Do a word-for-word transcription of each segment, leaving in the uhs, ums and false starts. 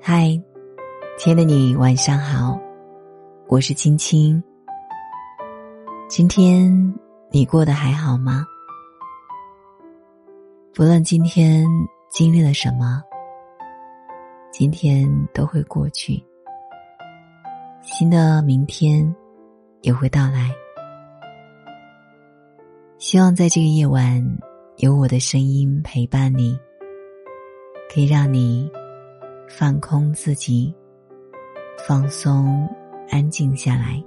嗨，亲爱的你晚上好，我是青青。今天你过得还好吗？不论今天经历了什么，今天都会过去，新的明天也会到来。希望在这个夜晚有我的声音陪伴你，可以让你放空自己，放松，安静下来。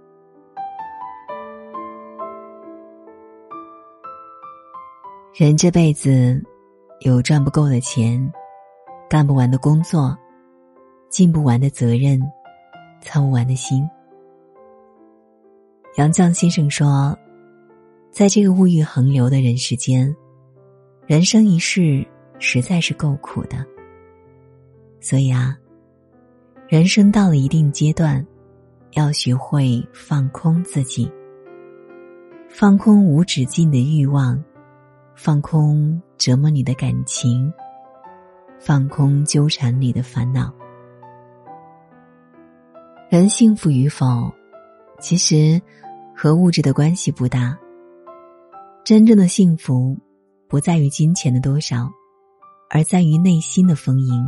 人这辈子有赚不够的钱，干不完的工作，尽不完的责任，操不完的心。杨绛先生说，在这个物欲横流的人世间，人生一世实在是够苦的。所以啊，人生到了一定阶段，要学会放空自己，放空无止境的欲望，放空折磨你的感情，放空纠缠你的烦恼。人幸福与否，其实和物质的关系不大。真正的幸福不在于金钱的多少，而在于内心的丰盈。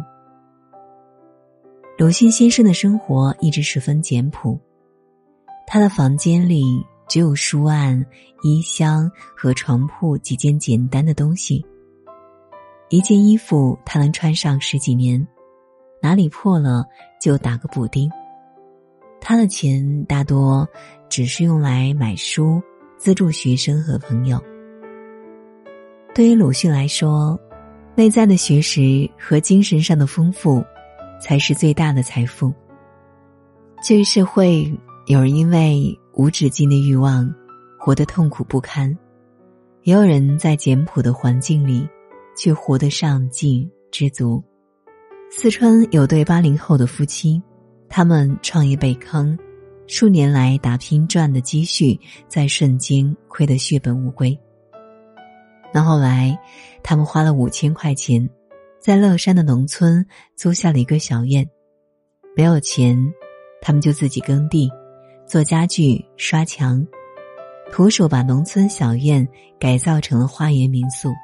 鲁迅先生的生活一直十分简朴，他的房间里只有书案、衣箱和床铺几件简单的东西。一件衣服他能穿上十几年，哪里破了就打个补丁。他的钱大多只是用来买书，资助学生和朋友。对于鲁迅来说，内在的学识和精神上的丰富才是最大的财富。这个社会有人因为无止境的欲望活得痛苦不堪，也有人在简朴的环境里却活得上进知足。四川有对八零后的夫妻，他们创业被坑，数年来打拼赚的积蓄在瞬间亏得血本无归。那后来他们花了五千块钱在乐山的农村租下了一个小院，没有钱，他们就自己耕地，做家具，刷墙，徒手把农村小院改造成了花园民宿。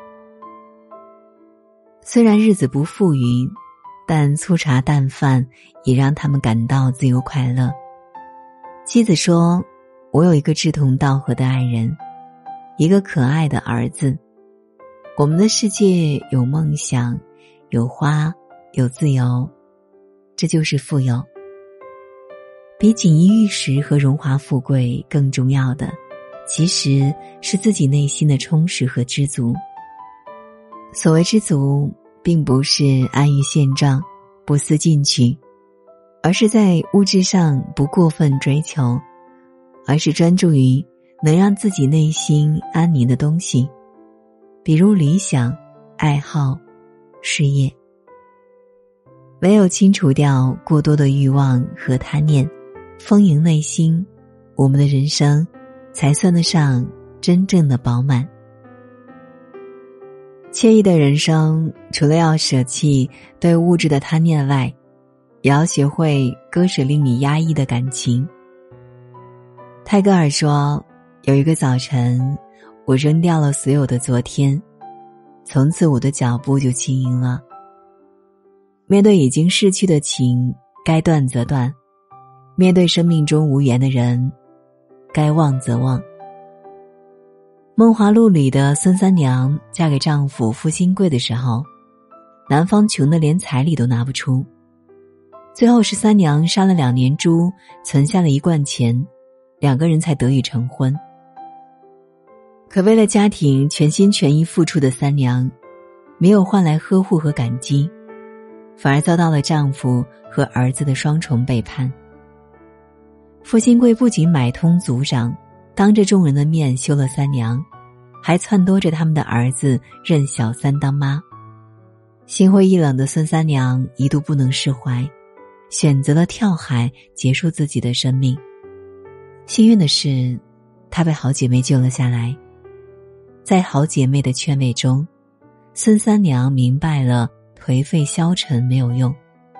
虽然日子不富裕，但粗茶淡饭也让他们感到自由快乐。妻子说，我有一个志同道合的爱人，一个可爱的儿子，我们的世界有梦想，有花，有自由，这就是富有。比锦衣玉食和荣华富贵更重要的，其实是自己内心的充实和知足。所谓知足，并不是安于现状，不思进取，而是在物质上不过分追求，而是专注于能让自己内心安宁的东西，比如理想、爱好、事业。唯有清除掉过多的欲望和贪念，丰盈内心，我们的人生才算得上真正的饱满。惬意的人生，除了要舍弃对物质的贪念外，也要学会割舍令你压抑的感情。泰戈尔说，有一个早晨，我扔掉了所有的昨天，从此我的脚步就轻盈了。面对已经逝去的情，该断则断；面对生命中无缘的人，该忘则忘。梦华录里的孙三娘嫁给丈夫傅新贵的时候，男方穷得连彩礼都拿不出，最后是三娘杀了两年猪，存下了一罐钱，两个人才得以成婚。可为了家庭全心全意付出的三娘，没有换来呵护和感激，反而遭到了丈夫和儿子的双重背叛。傅新贵不仅买通族长，当着众人的面休了三娘，还撺掇着他们的儿子认小三当妈。心灰意冷的孙三娘一度不能释怀，选择了跳海结束自己的生命。幸运的是，她被好姐妹救了下来。在好姐妹的劝慰中，孙三娘明白了颓废消沉没有用，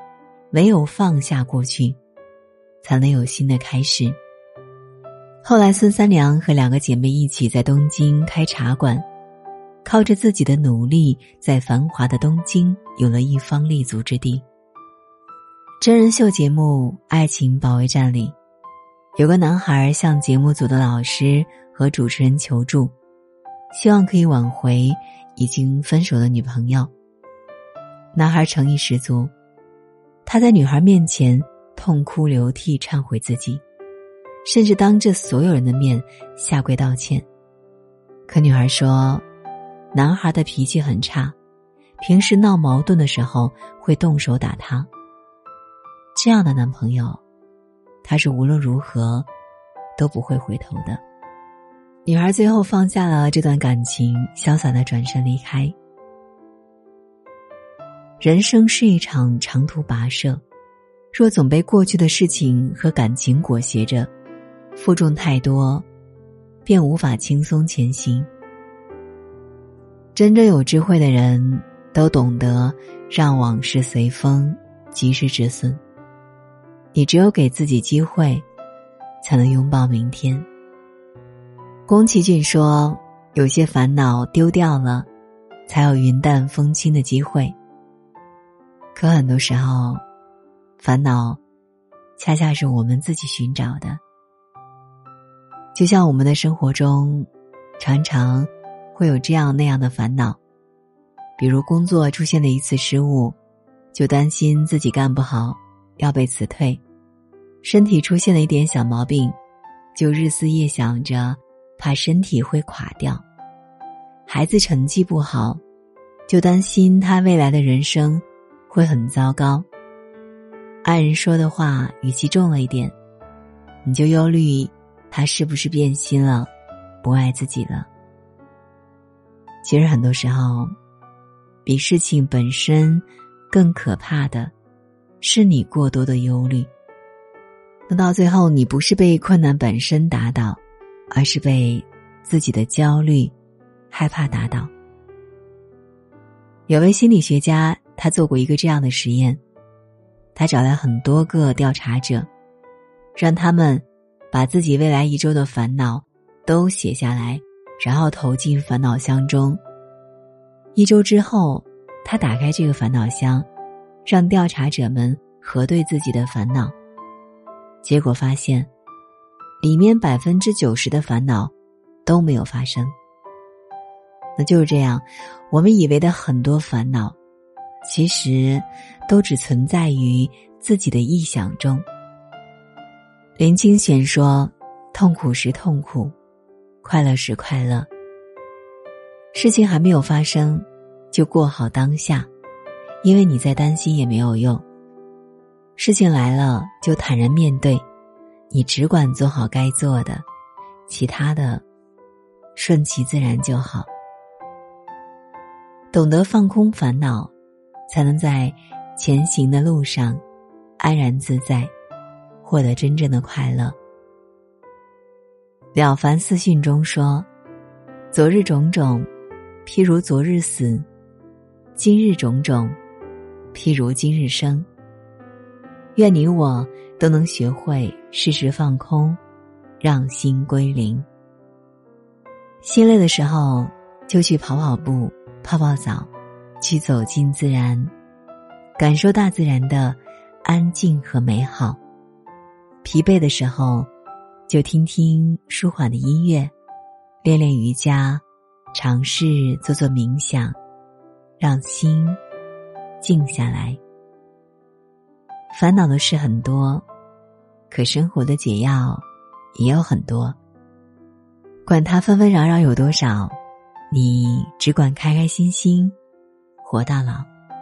唯有放下过去，才能有新的开始。后来孙三娘和两个姐妹一起在东京开茶馆，靠着自己的努力，在繁华的东京有了一方立足之地。真人秀节目《爱情保卫战》里，有个男孩向节目组的老师和主持人求助，希望可以挽回已经分手的女朋友。男孩诚意十足，他在女孩面前痛哭流涕忏悔自己，甚至当着所有人的面下跪道歉。可女孩说，男孩的脾气很差，平时闹矛盾的时候会动手打他。这样的男朋友，他是无论如何都不会回头的。女孩最后放下了这段感情，潇洒地转身离开。人生是一场长途跋涉，若总被过去的事情和感情裹挟着，负重太多，便无法轻松前行。真正有智慧的人都懂得让往事随风，及时止损。你只有给自己机会，才能拥抱明天。宫崎骏说，有些烦恼丢掉了，才有云淡风轻的机会。可很多时候，烦恼恰恰是我们自己寻找的。就像我们的生活中，常常会有这样那样的烦恼，比如工作出现了一次失误，就担心自己干不好，要被辞退；身体出现了一点小毛病，就日思夜想着怕身体会垮掉；孩子成绩不好，就担心他未来的人生会很糟糕；爱人说的话语气重了一点，你就忧虑他是不是变心了，不爱自己了。其实很多时候，比事情本身更可怕的是你过多的忧虑。那到最后，你不是被困难本身打倒，而是被自己的焦虑、害怕打倒。有位心理学家，他做过一个这样的实验，他找来很多个调查者，让他们把自己未来一周的烦恼都写下来，然后投进烦恼箱中。一周之后，他打开这个烦恼箱，让调查者们核对自己的烦恼。结果发现，里面 百分之九十 的烦恼都没有发生。那就是这样，我们以为的很多烦恼，其实都只存在于自己的臆想中。林清玄说，痛苦时痛苦，快乐时快乐。事情还没有发生，就过好当下，因为你再担心也没有用。事情来了，就坦然面对，你只管做好该做的，其他的顺其自然就好。懂得放空烦恼，才能在前行的路上安然自在，获得真正的快乐。了凡四训中说，昨日种种，譬如昨日死；今日种种，譬如今日生。愿你我都能学会适时放空，让心归零。心累的时候，就去跑跑步，泡泡澡，去走进自然，感受大自然的安静和美好。疲惫的时候，就听听舒缓的音乐，练练瑜伽，尝试做做冥想，让心静下来。烦恼的事很多，可生活的解药也有很多。管它纷纷扰扰有多少，你只管开开心心活到老。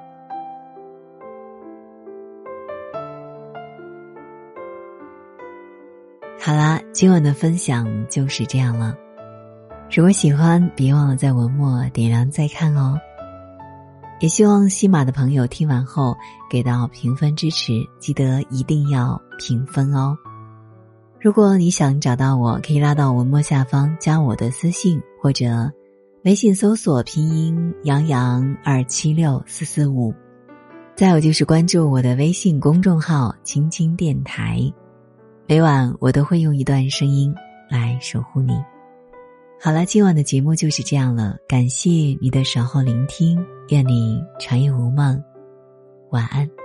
好啦，今晚的分享就是这样了。如果喜欢，别忘了在文末点亮再看哦。也希望西马的朋友听完后给到评分支持，记得一定要评分哦。如果你想找到我，可以拉到文末下方加我的私信，或者微信搜索拼音杨洋二七六四四五， 再有就是关注我的微信公众号青青电台，每晚我都会用一段声音来守护你。好了，今晚的节目就是这样了，感谢你的守候聆听，愿你长夜无梦，晚安。